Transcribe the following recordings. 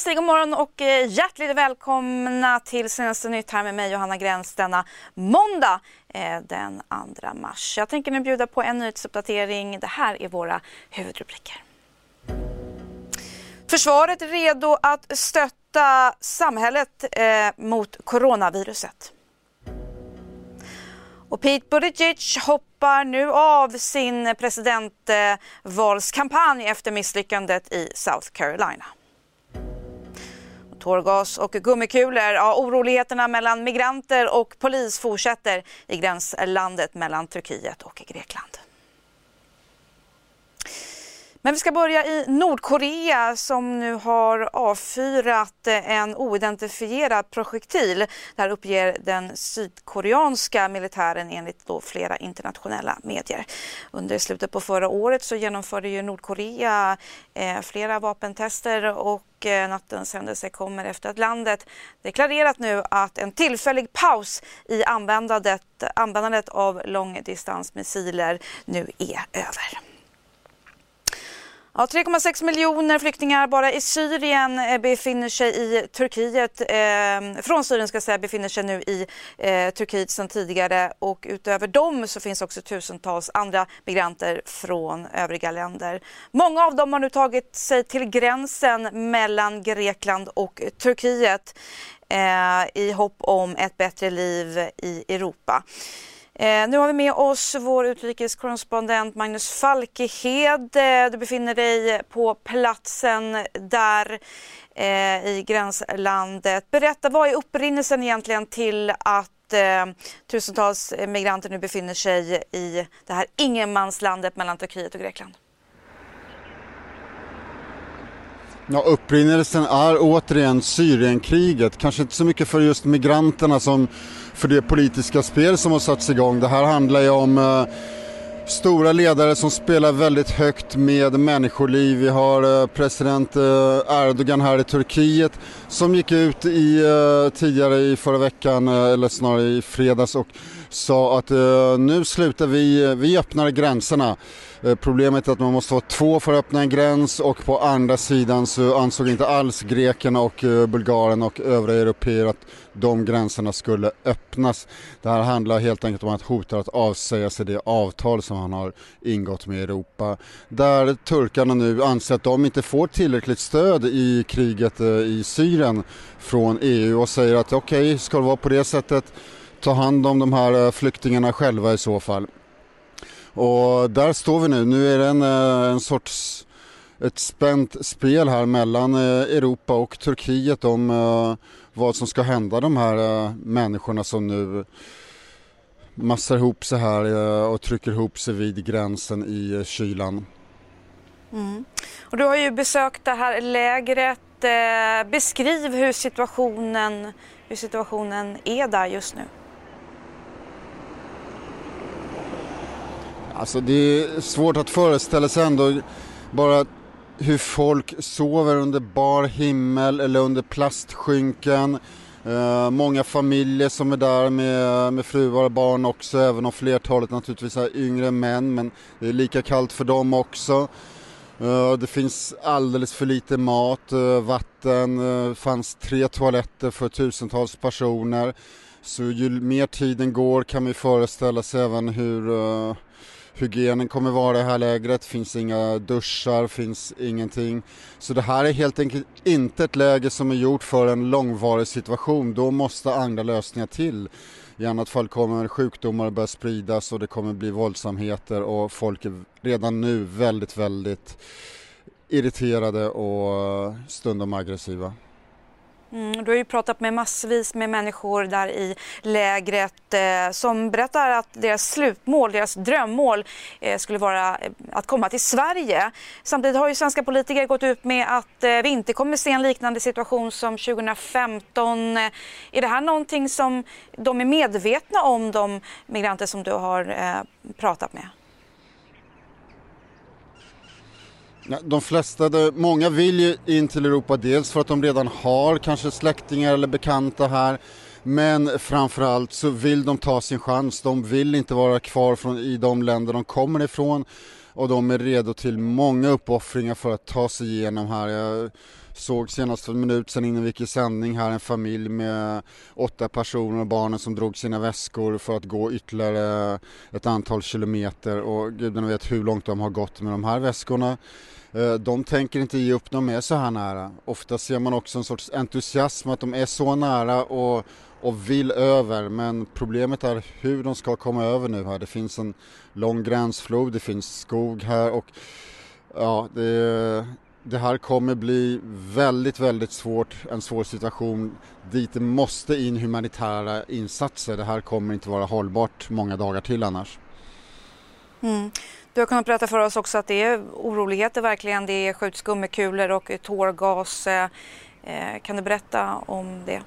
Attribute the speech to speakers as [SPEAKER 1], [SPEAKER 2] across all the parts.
[SPEAKER 1] säger god morgon och hjärtligt välkomna till senaste nytt här med mig Johanna Gräns denna måndag den 2 mars. Jag tänker nu bjuda på en nyhetsuppdatering. Det här är våra huvudrubriker. Försvaret är redo att stötta samhället mot coronaviruset. Och Pete Buttigieg hoppar nu av sin presidentvalskampanj efter misslyckandet i South Carolina. Tårgas och gummikulor, oroligheterna mellan migranter och polis fortsätter i gränslandet mellan Turkiet och Grekland. Men vi ska börja i Nordkorea som nu har avfyrat en oidentifierad projektil. Det här uppger den sydkoreanska militären enligt flera internationella medier. Under slutet på förra året så genomförde ju Nordkorea flera vapentester och nattens händelse kommer efter att landet deklarerat nu att en tillfällig paus i användandet av långdistansmissiler nu är över. 3,6 miljoner flyktingar bara i Syrien befinner sig i Turkiet. Från Syrien befinner sig nu i Turkiet sedan tidigare. Och utöver dem så finns också tusentals andra migranter från övriga länder. Många av dem har nu tagit sig till gränsen mellan Grekland och Turkiet i hopp om ett bättre liv i Europa. Nu har vi med oss vår utrikeskorrespondent Magnus Falkehed. Du befinner dig på platsen där i gränslandet. Berätta, vad är upprinnelsen egentligen till att tusentals migranter nu befinner sig i det här ingenmanslandet mellan Turkiet och Grekland?
[SPEAKER 2] Ja, upprinnelsen är återigen Syrienkriget. Kanske inte så mycket för just migranterna som för det politiska spel som har satts igång. Det här handlar ju om stora ledare som spelar väldigt högt med människoliv. Vi har president Erdogan här i Turkiet som gick ut tidigare i förra veckan, eller snarare i fredags, och sa att nu slutar vi öppnar gränserna. Problemet är att man måste ha 2 för att öppna en gräns, och på andra sidan så ansåg inte alls grekerna och Bulgarien och övriga europeer att de gränserna skulle öppnas. Det här handlar helt enkelt om att hota att avsäga sig det avtal som han har ingått med Europa. Där turkarna nu anser att de inte får tillräckligt stöd i kriget i Syrien från EU och säger att okej, ska det vara på det sättet, ta hand om de här flyktingarna själva i så fall. Och där står vi nu. Nu är det ett spänt spel här mellan Europa och Turkiet om vad som ska hända de här människorna som nu massar ihop sig här och trycker ihop sig vid gränsen i kylan.
[SPEAKER 1] Mm. Och du har ju besökt det här lägret. Beskriv hur situationen är där just nu.
[SPEAKER 2] Alltså det är svårt att föreställa sig ändå bara hur folk sover under bar himmel eller under plastskynken. Många familjer som är där med fruar och barn också, även om flertalet naturligtvis är yngre män, men det är lika kallt för dem också. Det finns alldeles för lite mat, vatten, fanns 3 toaletter för tusentals personer. Så ju mer tiden går kan vi föreställa sig även hur hygienen kommer vara i det här lägret. Finns inga duschar, finns ingenting. Så det här är helt enkelt inte ett läge som är gjort för en långvarig situation. Då måste andra lösningar till. I annat fall kommer sjukdomar börja spridas och det kommer bli våldsamheter, och folk är redan nu väldigt, väldigt irriterade och stundom aggressiva.
[SPEAKER 1] Du har ju pratat med massvis med människor där i lägret som berättar att deras slutmål, deras drömmål skulle vara att komma till Sverige. Samtidigt har ju svenska politiker gått ut med att vi inte kommer se en liknande situation som 2015. Är det här någonting som de är medvetna om, de migranter som du har pratat med?
[SPEAKER 2] De flesta, många vill ju in till Europa, dels för att de redan har kanske släktingar eller bekanta här, men framförallt så vill de ta sin chans. De vill inte vara kvar i de länder de kommer ifrån, och de är redo till många uppoffringar för att ta sig igenom här. Jag såg senast för en minut sedan innan vi gick i sändning här en familj med 8 personer och barnen som drog sina väskor för att gå ytterligare ett antal kilometer, och gudarna vet hur långt de har gått med de här väskorna. De tänker inte ge upp, de är så här nära. Ofta ser man också en sorts entusiasm att de är så nära och vill över, men problemet är hur de ska komma över nu här. Det finns en lång gränsflod, det finns skog här, och ja, det här kommer bli väldigt, väldigt svårt, en svår situation dit det måste in humanitära insatser. Det här kommer inte vara hållbart många dagar till annars.
[SPEAKER 1] Du har kunnat berätta för oss också att det är oroligheter verkligen, det skjuts gummikulor och tårgas. Kan du berätta om det?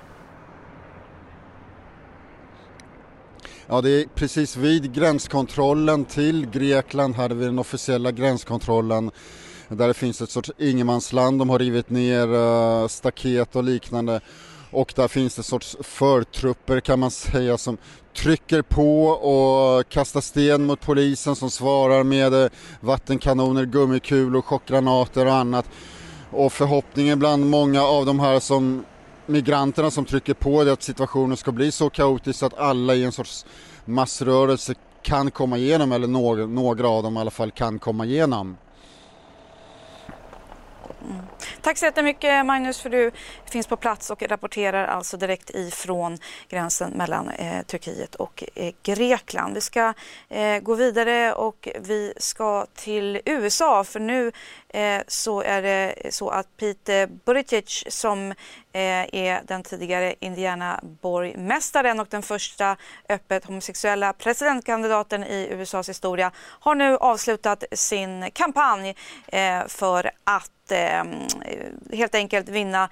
[SPEAKER 2] Ja, det är precis vid gränskontrollen till Grekland, hade vi den officiella gränskontrollen där det finns ett sorts ingenmansland. De har rivit ner staket och liknande, och där finns det sorts förtrupper kan man säga som trycker på och kastar sten mot polisen som svarar med vattenkanoner, gummikulor, chockgranater och annat. Och förhoppningen bland många av de här som migranterna som trycker på det att situationen ska bli så kaotisk att alla i en sorts massrörelse kan komma igenom, eller några av dem i alla fall kan komma igenom.
[SPEAKER 1] Tack så jättemycket Magnus, för du finns på plats och rapporterar alltså direkt ifrån gränsen mellan Turkiet och Grekland. Vi ska gå vidare och vi ska till USA, för nu så är det så att Pete Buttigieg, som är den tidigare Indiana-borgmästaren och den första öppet homosexuella presidentkandidaten i USAs historia, har nu avslutat sin kampanj för att helt enkelt vinna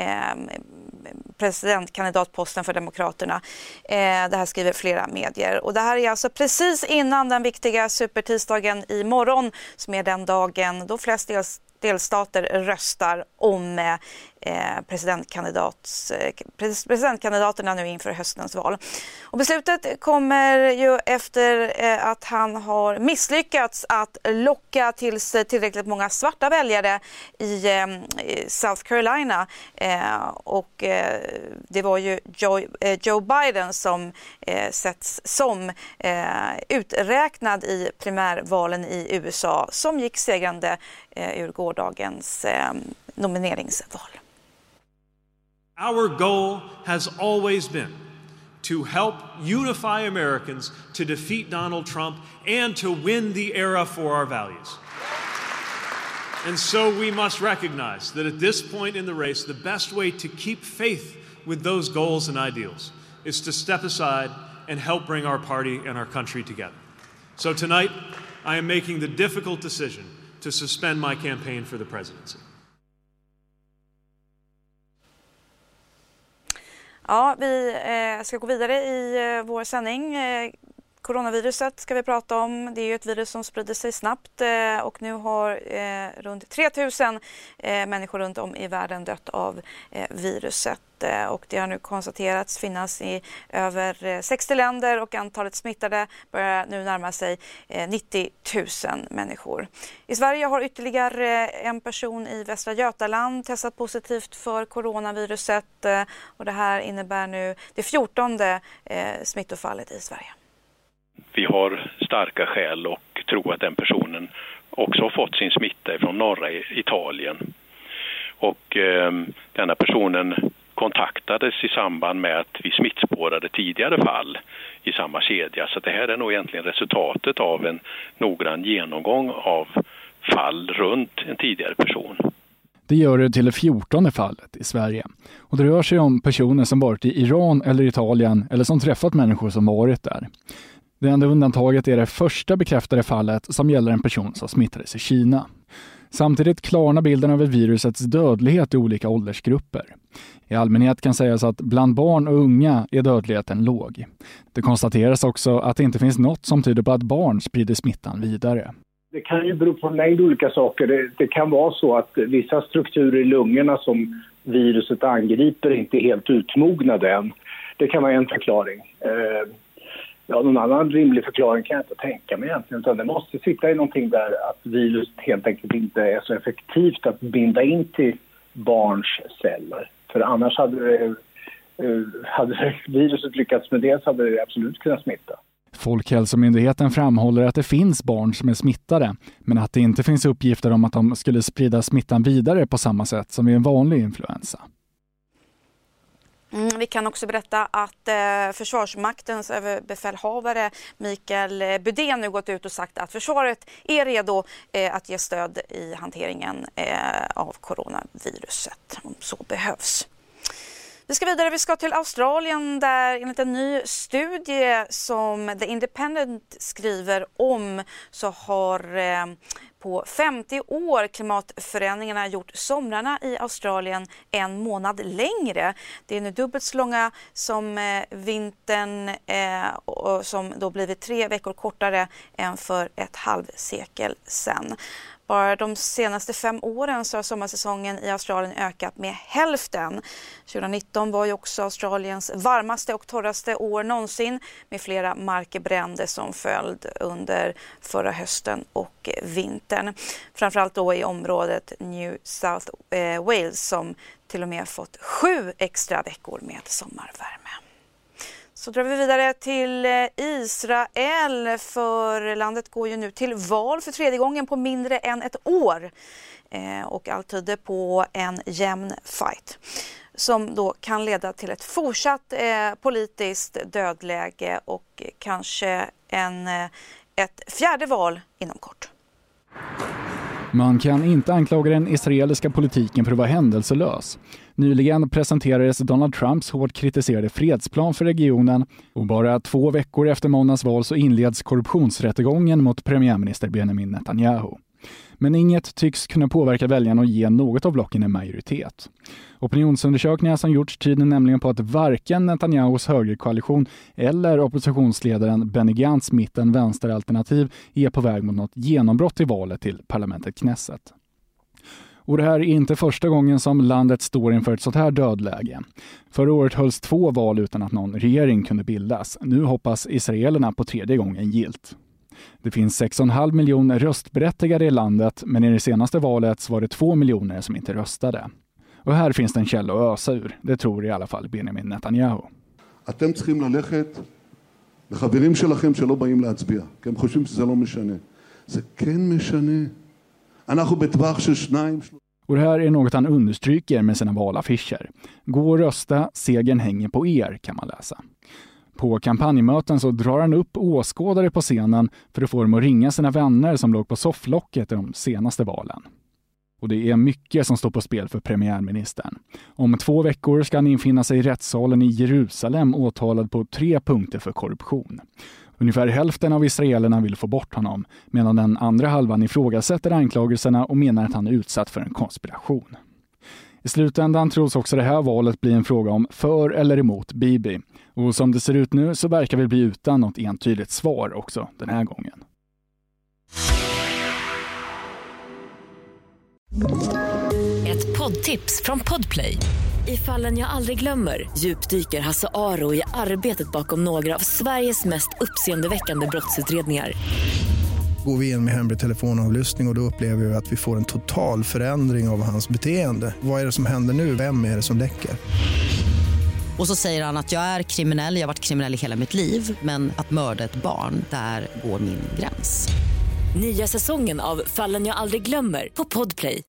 [SPEAKER 1] presidentkandidatposten för Demokraterna. Det här skriver flera medier. Och det här är alltså precis innan den viktiga supertisdagen i morgon, som är den dagen då flest delstater röstar om presidentkandidaterna nu inför höstens val. Och beslutet kommer ju efter att han har misslyckats att locka till sig tillräckligt många svarta väljare i South Carolina. Och det var ju Joe Biden som sätts som uträknad i primärvalen i USA, som gick segrande ur gårdagens nomineringsval.
[SPEAKER 3] Our goal has always been to help unify Americans to defeat Donald Trump and to win the era for our values. And so we must recognize that at this point in the race, the best way to keep faith with those goals and ideals is to step aside and help bring our party and our country together. So tonight, I am making the difficult decision to suspend my campaign for the presidency.
[SPEAKER 1] Ja, vi ska gå vidare i vår sändning. Coronaviruset ska vi prata om. Det är ju ett virus som sprider sig snabbt och nu har runt 3000 människor runt om i världen dött av viruset. Och det har nu konstaterats finnas i över 60 länder och antalet smittade börjar nu närma sig 90 000 människor. I Sverige har ytterligare en person i Västra Götaland testat positivt för coronaviruset och det här innebär nu det 14:e smittofallet i Sverige.
[SPEAKER 4] Vi har starka skäl och tro att den personen också har fått sin smitta från norra Italien. Och denna personen kontaktades i samband med att vi smittspårade tidigare fall i samma kedja. Så det här är nog egentligen resultatet av en noggrann genomgång av fall runt en tidigare person.
[SPEAKER 5] Det gör det till det 14:e fallet i Sverige. Och det rör sig om personer som varit i Iran eller Italien eller som träffat människor som varit där. Det enda undantaget är det första bekräftade fallet som gäller en person som smittades i Kina. Samtidigt klarnar bilden över virusets dödlighet i olika åldersgrupper. I allmänhet kan sägas att bland barn och unga är dödligheten låg. Det konstateras också att det inte finns något som tyder på att barn sprider smittan vidare.
[SPEAKER 6] Det kan ju bero på en mängd olika saker. Det kan vara så att vissa strukturer i lungorna som viruset angriper inte är helt utmognade än. Det kan vara en förklaring. Ja, någon annan rimlig förklaring kan jag inte tänka mig egentligen, utan det måste sitta i någonting där att viruset helt enkelt inte är så effektivt att binda in till barns celler. För annars hade viruset lyckats med det, så hade det absolut kunnat smitta.
[SPEAKER 5] Folkhälsomyndigheten framhåller att det finns barn som är smittade, men att det inte finns uppgifter om att de skulle sprida smittan vidare på samma sätt som vid en vanlig influensa.
[SPEAKER 1] Vi kan också berätta att Försvarsmaktens överbefälhavare Mikael Bydén nu gått ut och sagt att försvaret är redo att ge stöd i hanteringen av coronaviruset om så behövs. Vi ska vidare, vi ska till Australien där enligt en ny studie som The Independent skriver om så har på 50 år klimatförändringarna gjort somrarna i Australien en månad längre. Det är nu dubbelt så långa som vintern som då blivit 3 veckor kortare än för ett halvsekel sedan. Bara de senaste 5 åren så har sommarsäsongen i Australien ökat med hälften. 2019 var ju också Australiens varmaste och torraste år någonsin med flera markbränder som följd under förra hösten och vintern. Framförallt då i området New South Wales som till och med fått 7 extra veckor med sommarvärme. Så drar vi vidare till Israel, för landet går ju nu till val för 3:e gången på mindre än ett år. Och allt tyder på en jämn fight som då kan leda till ett fortsatt politiskt dödläge och kanske ett fjärde val inom kort.
[SPEAKER 5] Man kan inte anklaga den israeliska politiken för att vara händelselös. Nyligen presenterades Donald Trumps hårt kritiserade fredsplan för regionen och bara 2 veckor efter måndagens val så inleds korruptionsrättegången mot premiärminister Benjamin Netanyahu. Men inget tycks kunna påverka väljarna och ge något av blocken en majoritet. Opinionsundersökningar som gjorts tyder nämligen på att varken Netanyahus högerkoalition eller oppositionsledaren Benny Gantz mitten-vänsteralternativ är på väg mot något genombrott i valet till parlamentet Knesset. Och det här är inte första gången som landet står inför ett sånt här dödläge. Förra året hölls 2 val utan att någon regering kunde bildas. Nu hoppas israelerna på 3:e gången gilt. Det finns 6,5 miljoner röstberättigade i landet, men i det senaste valet var det 2 miljoner som inte röstade. Och här finns det en källa att ösa ur. Det tror i alla fall Benjamin Netanyahu.
[SPEAKER 7] אתם צריכים ללכת לחברים שלכם שלא באים להצביע, כי הם חושבים שזה לא משנה. זה כן משנה. אנחנו בטווח של 2.
[SPEAKER 5] Och det här är något han understryker med sina valaffischer. Gå och rösta, segern hänger på er, kan man läsa. På kampanjmöten så drar han upp åskådare på scenen för att få dem att ringa sina vänner som låg på sofflocket i de senaste valen. Och det är mycket som står på spel för premiärministern. Om 2 veckor ska han infinna sig i rättssalen i Jerusalem åtalad på 3 punkter för korruption. Ungefär hälften av israelerna vill få bort honom, medan den andra halvan ifrågasätter anklagelserna och menar att han är utsatt för en konspiration. I slutändan tros också det här valet bli en fråga om för eller emot Bibi. Och som det ser ut nu så verkar vi bli utan något entydigt svar också den här gången.
[SPEAKER 8] Ett poddtips från Podplay. I Fallen jag aldrig glömmer djupdyker Hasse Aro i arbetet bakom några av Sveriges mest uppseendeväckande brottsutredningar.
[SPEAKER 9] Går vi in med hemlig telefonavlyssning och då upplever vi att vi får en total förändring av hans beteende. Vad är det som händer nu? Vem är det som läcker?
[SPEAKER 10] Och så säger han att jag är kriminell, jag har varit kriminell i hela mitt liv. Men att mörda ett barn, där går min gräns.
[SPEAKER 8] Nya säsongen av Fallen jag aldrig glömmer på Podplay.